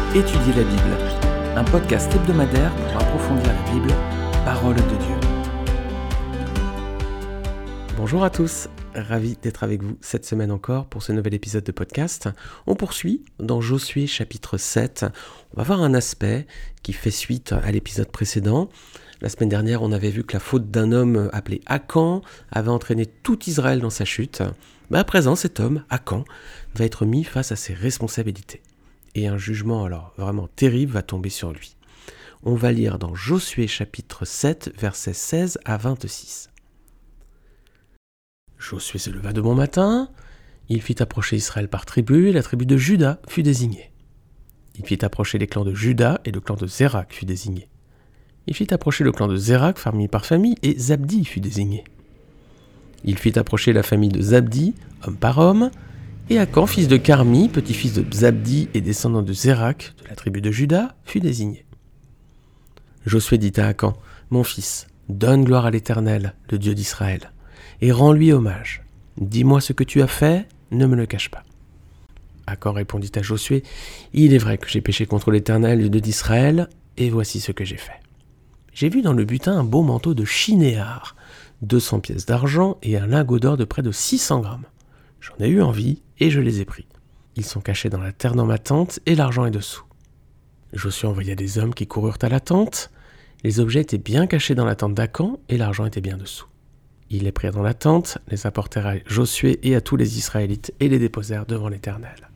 Étudier la Bible, un podcast hebdomadaire pour approfondir la Bible, parole de Dieu. Bonjour à tous, ravi d'être avec vous cette semaine encore pour ce nouvel épisode de podcast. On poursuit dans Josué chapitre 7. On va voir un aspect qui fait suite à l'épisode précédent. La semaine dernière, on avait vu que la faute d'un homme appelé Akan avait entraîné tout Israël dans sa chute. À présent, cet homme, Akan, va être mis face à ses responsabilités. Et un jugement alors vraiment terrible va tomber sur lui. On va lire dans Josué chapitre 7, versets 16 à 26. Josué se leva de bon matin, il fit approcher Israël par tribu, et la tribu de Juda fut désignée. Il fit approcher les clans de Juda, et le clan de Zérak fut désigné. Il fit approcher le clan de Zérak, famille par famille, et Zabdi fut désigné. Il fit approcher la famille de Zabdi, homme par homme, et Akan, fils de Carmi, petit-fils de Zabdi et descendant de Zérak, de la tribu de Juda, fut désigné. Josué dit à Akan, « Mon fils, donne gloire à l'Éternel, le Dieu d'Israël, et rends-lui hommage. Dis-moi ce que tu as fait, ne me le cache pas. » Akan répondit à Josué, « Il est vrai que j'ai péché contre l'Éternel, le Dieu d'Israël, et voici ce que j'ai fait. J'ai vu dans le butin un beau manteau de chinéar, 200 pièces d'argent et un lingot d'or de près de 600 grammes. J'en ai eu envie et je les ai pris. Ils sont cachés dans la terre dans ma tente et l'argent est dessous. » Josué envoya des hommes qui coururent à la tente. Les objets étaient bien cachés dans la tente d'Akan et l'argent était bien dessous. Ils les prirent dans la tente, les apportèrent à Josué et à tous les Israélites et les déposèrent devant l'Éternel.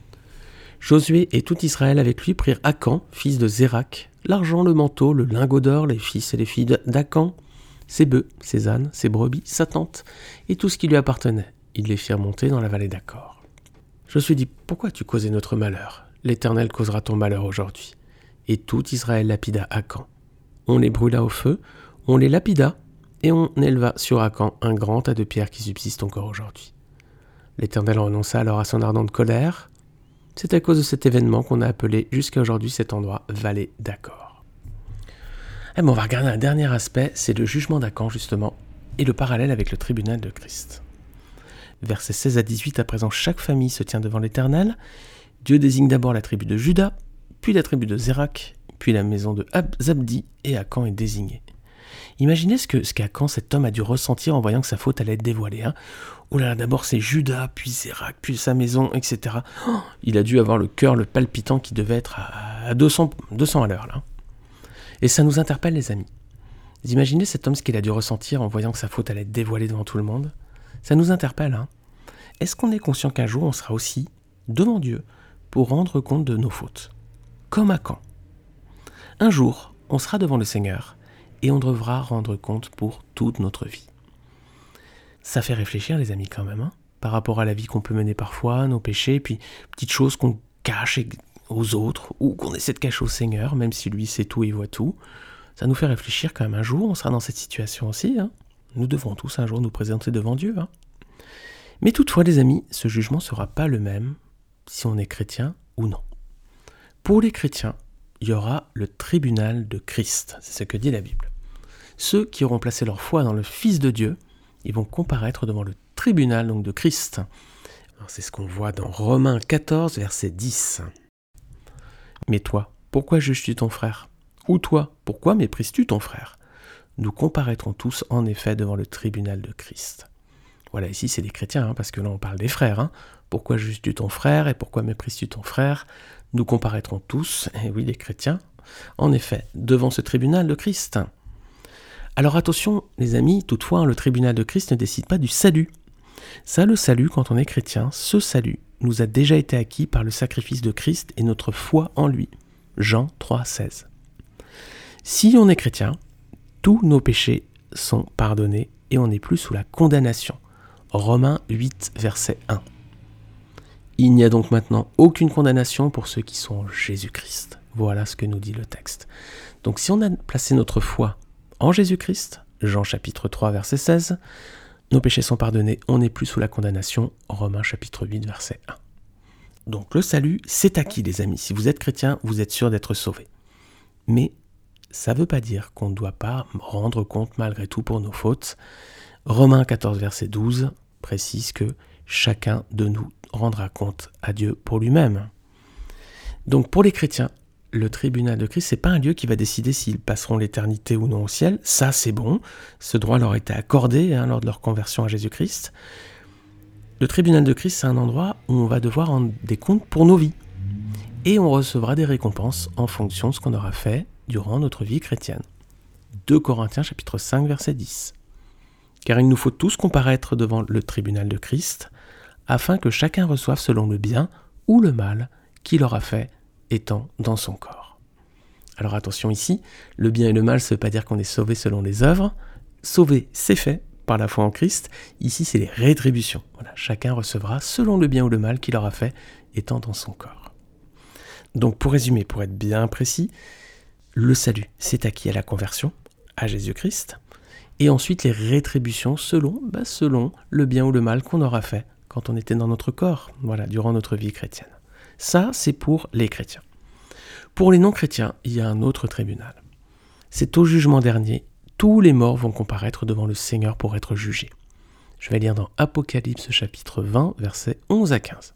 Josué et tout Israël avec lui prirent Akan, fils de Zérak, l'argent, le manteau, le lingot d'or, les fils et les filles d'Akan, ses bœufs, ses ânes, ses brebis, sa tente et tout ce qui lui appartenait. Ils les firent monter dans la vallée d'Achor. Josué dit, « Pourquoi tu causais notre malheur ? L'Éternel causera ton malheur aujourd'hui. » Et tout Israël lapida Akan. On les brûla au feu, on les lapida, et on éleva sur Akan un grand tas de pierres qui subsistent encore aujourd'hui. L'Éternel renonça alors à son ardente colère. C'est à cause de cet événement qu'on a appelé jusqu'à aujourd'hui cet endroit vallée d'Achor. On va regarder un dernier aspect, c'est le jugement d'Akan justement, et le parallèle avec le tribunal de Christ. Versets 16 à 18, à présent chaque famille se tient devant l'Éternel. Dieu désigne d'abord la tribu de Juda, puis la tribu de Zérak, puis la maison de Zabdi, et Akan est désigné. Imaginez ce qu'Akan, cet homme, a dû ressentir en voyant que sa faute allait être dévoilée. Oh là là, d'abord c'est Juda, puis Zérak, puis sa maison, etc. Il a dû avoir le cœur, le palpitant qui devait être à 200 à l'heure. Là. Et ça nous interpelle les amis. Vous imaginez cet homme, ce qu'il a dû ressentir en voyant que sa faute allait être dévoilée devant tout le monde ? Ça nous interpelle. Est-ce qu'on est conscient qu'un jour on sera aussi devant Dieu pour rendre compte de nos fautes ? Comme Akan. Un jour, on sera devant le Seigneur et on devra rendre compte pour toute notre vie. Ça fait réfléchir les amis quand même, par rapport à la vie qu'on peut mener parfois, nos péchés, puis petites choses qu'on cache aux autres ou qu'on essaie de cacher au Seigneur, même si lui sait tout et voit tout. Ça nous fait réfléchir quand même. Un jour, on sera dans cette situation aussi. Nous devrons tous un jour nous présenter devant Dieu. Mais toutefois, les amis, ce jugement ne sera pas le même si on est chrétien ou non. Pour les chrétiens, il y aura le tribunal de Christ. C'est ce que dit la Bible. Ceux qui auront placé leur foi dans le Fils de Dieu, ils vont comparaître devant le tribunal donc de Christ. Alors, c'est ce qu'on voit dans Romains 14, verset 10. « Mais toi, pourquoi juges-tu ton frère ? Ou toi, pourquoi méprises-tu ton frère ? Nous comparaîtrons tous en effet devant le tribunal de Christ. » Voilà, ici c'est les chrétiens, parce que là on parle des frères. Pourquoi juges-tu ton frère et pourquoi méprises-tu ton frère ? Nous comparaîtrons tous, et oui les chrétiens, en effet, devant ce tribunal de Christ. Alors attention les amis, toutefois le tribunal de Christ ne décide pas du salut. Ça, le salut, quand on est chrétien, ce salut nous a déjà été acquis par le sacrifice de Christ et notre foi en lui. Jean 3, 16. Si on est chrétien, tous nos péchés sont pardonnés et on n'est plus sous la condamnation. Romains 8, verset 1. Il n'y a donc maintenant aucune condamnation pour ceux qui sont en Jésus-Christ. Voilà ce que nous dit le texte. Donc si on a placé notre foi en Jésus-Christ, Jean chapitre 3, verset 16, nos péchés sont pardonnés, on n'est plus sous la condamnation. Romains chapitre 8, verset 1. Donc le salut, c'est acquis les amis. Si vous êtes chrétien, vous êtes sûr d'être sauvés. Mais ça ne veut pas dire qu'on ne doit pas rendre compte malgré tout pour nos fautes. Romains 14, verset 12 précise que chacun de nous rendra compte à Dieu pour lui-même. Donc pour les chrétiens, le tribunal de Christ, c'est pas un lieu qui va décider s'ils passeront l'éternité ou non au ciel. Ça, c'est bon. Ce droit leur a été accordé lors de leur conversion à Jésus-Christ. Le tribunal de Christ, c'est un endroit où on va devoir rendre des comptes pour nos vies. Et on recevra des récompenses en fonction de ce qu'on aura fait durant notre vie chrétienne. 2 Corinthiens chapitre 5 verset 10. Car il nous faut tous comparaître devant le tribunal de Christ, afin que chacun reçoive selon le bien ou le mal qu'il aura fait étant dans son corps. Alors attention ici, le bien et le mal, ça ne veut pas dire qu'on est sauvé selon les œuvres. Sauvé, c'est fait par la foi en Christ. Ici, c'est les rétributions. Voilà, chacun recevra selon le bien ou le mal qu'il aura fait étant dans son corps. Donc pour résumer, pour être bien précis, le salut, c'est acquis à la conversion, à Jésus-Christ, et ensuite les rétributions selon le bien ou le mal qu'on aura fait quand on était dans notre corps, durant notre vie chrétienne. Ça, c'est pour les chrétiens. Pour les non-chrétiens, il y a un autre tribunal. C'est au jugement dernier, tous les morts vont comparaître devant le Seigneur pour être jugés. Je vais lire dans Apocalypse chapitre 20, versets 11 à 15.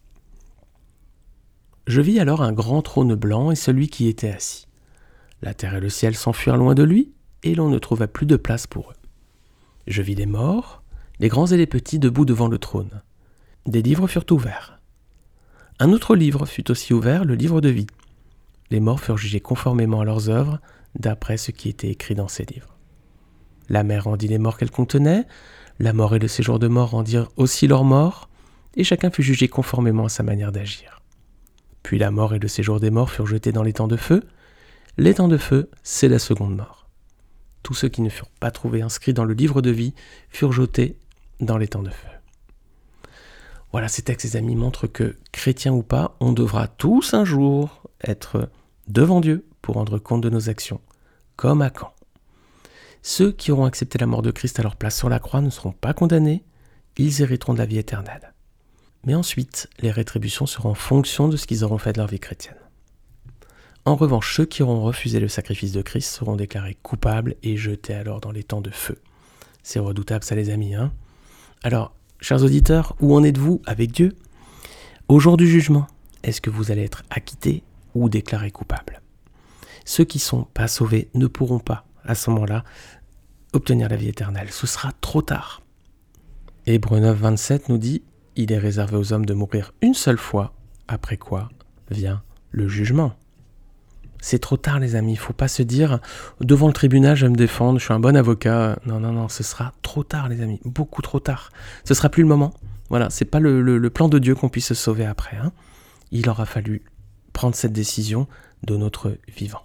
Je vis alors un grand trône blanc et celui qui y était assis. La terre et le ciel s'enfuirent loin de lui, et l'on ne trouva plus de place pour eux. Je vis les morts, les grands et les petits debout devant le trône. Des livres furent ouverts. Un autre livre fut aussi ouvert, le livre de vie. Les morts furent jugés conformément à leurs œuvres, d'après ce qui était écrit dans ces livres. La mer rendit les morts qu'elle contenait, la mort et le séjour de mort rendirent aussi leurs morts, et chacun fut jugé conformément à sa manière d'agir. Puis la mort et le séjour des morts furent jetés dans l'étang de feu. L'étang de feu, c'est la seconde mort. Tous ceux qui ne furent pas trouvés inscrits dans le livre de vie furent jetés dans l'étang de feu. Voilà, ces textes, les amis, montrent que, chrétiens ou pas, on devra tous un jour être devant Dieu pour rendre compte de nos actions, comme à Caen. Ceux qui auront accepté la mort de Christ à leur place sur la croix ne seront pas condamnés, ils hériteront de la vie éternelle. Mais ensuite, les rétributions seront en fonction de ce qu'ils auront fait de leur vie chrétienne. En revanche, ceux qui auront refusé le sacrifice de Christ seront déclarés coupables et jetés alors dans l'étang de feu. C'est redoutable ça les amis, hein ? Alors, chers auditeurs, où en êtes-vous avec Dieu ? Au jour du jugement, est-ce que vous allez être acquittés ou déclarés coupables ? Ceux qui ne sont pas sauvés ne pourront pas, à ce moment-là, obtenir la vie éternelle. Ce sera trop tard. Hébreux 9, 27 nous dit « Il est réservé aux hommes de mourir une seule fois, après quoi vient le jugement. » C'est trop tard les amis, il ne faut pas se dire « Devant le tribunal, je vais me défendre, je suis un bon avocat. » Non, ce sera trop tard les amis, beaucoup trop tard. Ce ne sera plus le moment. Voilà, ce n'est pas le plan de Dieu qu'on puisse se sauver après. Hein. Il aura fallu prendre cette décision de notre vivant.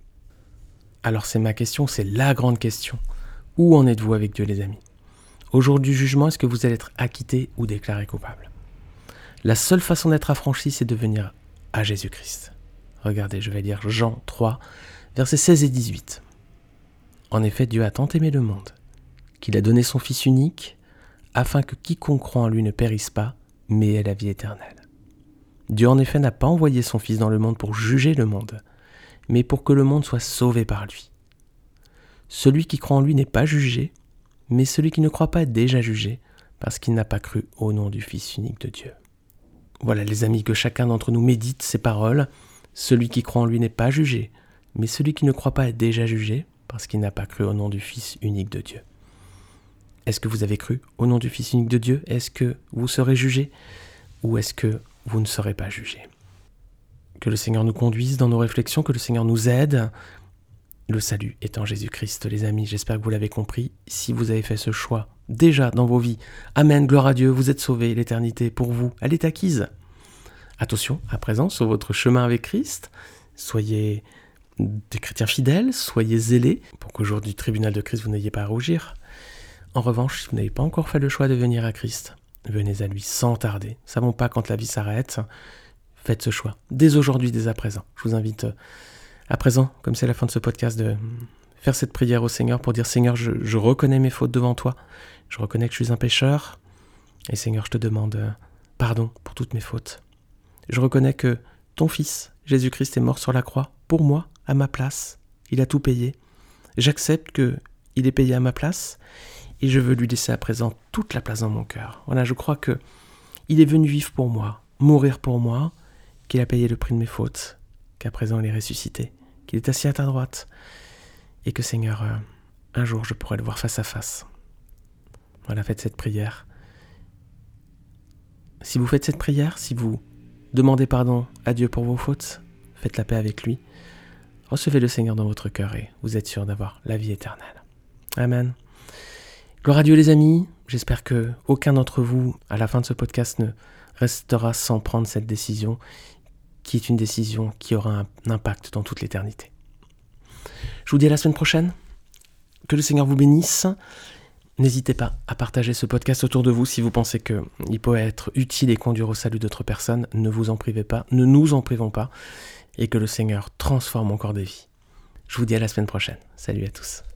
Alors c'est ma question, c'est la grande question. Où en êtes-vous avec Dieu les amis ? Au jour du jugement, est-ce que vous allez être acquitté ou déclaré coupable ? La seule façon d'être affranchi, c'est de venir à Jésus-Christ. Regardez, je vais lire Jean 3, versets 16 et 18. En effet, Dieu a tant aimé le monde, qu'il a donné son Fils unique, afin que quiconque croit en lui ne périsse pas, mais ait la vie éternelle. Dieu en effet n'a pas envoyé son Fils dans le monde pour juger le monde, mais pour que le monde soit sauvé par lui. Celui qui croit en lui n'est pas jugé, mais celui qui ne croit pas est déjà jugé, parce qu'il n'a pas cru au nom du Fils unique de Dieu. Voilà les amis, que chacun d'entre nous médite ces paroles. Celui qui croit en lui n'est pas jugé, mais celui qui ne croit pas est déjà jugé, parce qu'il n'a pas cru au nom du Fils unique de Dieu. Est-ce que vous avez cru au nom du Fils unique de Dieu ? Est-ce que vous serez jugé ? Ou est-ce que vous ne serez pas jugé ? Que le Seigneur nous conduise dans nos réflexions, que le Seigneur nous aide. Le salut est en Jésus-Christ, les amis. J'espère que vous l'avez compris. Si vous avez fait ce choix déjà dans vos vies, amen, gloire à Dieu, vous êtes sauvés. L'éternité pour vous, elle est acquise. Attention, à présent, sur votre chemin avec Christ, soyez des chrétiens fidèles, soyez zélés, pour qu'au jour du tribunal de Christ, vous n'ayez pas à rougir. En revanche, si vous n'avez pas encore fait le choix de venir à Christ, venez à lui sans tarder. Ne savons pas quand la vie s'arrête. Faites ce choix, dès aujourd'hui, dès à présent. Je vous invite à présent, comme c'est la fin de ce podcast, de faire cette prière au Seigneur pour dire « Seigneur, je reconnais mes fautes devant toi. Je reconnais que je suis un pécheur. Et Seigneur, je te demande pardon pour toutes mes fautes. Je reconnais que ton Fils, Jésus-Christ, est mort sur la croix pour moi, à ma place. Il a tout payé. J'accepte qu'il ait payé à ma place et je veux lui laisser à présent toute la place dans mon cœur. Voilà, je crois qu'il est venu vivre pour moi, mourir pour moi, qu'il a payé le prix de mes fautes qu'à présent il est ressuscité, qu'il est assis à ta droite, et que Seigneur, un jour je pourrai le voir face à face. Voilà, faites cette prière. Si vous faites cette prière, si vous demandez pardon à Dieu pour vos fautes, faites la paix avec lui, recevez le Seigneur dans votre cœur et vous êtes sûr d'avoir la vie éternelle. Amen. Gloire à Dieu les amis, j'espère que aucun d'entre vous, à la fin de ce podcast, ne restera sans prendre cette décision, qui est une décision qui aura un impact dans toute l'éternité. Je vous dis à la semaine prochaine, que le Seigneur vous bénisse. N'hésitez pas à partager ce podcast autour de vous si vous pensez qu'il peut être utile et conduire au salut d'autres personnes. Ne vous en privez pas, ne nous en privons pas, et que le Seigneur transforme encore des vies. Je vous dis à la semaine prochaine. Salut à tous.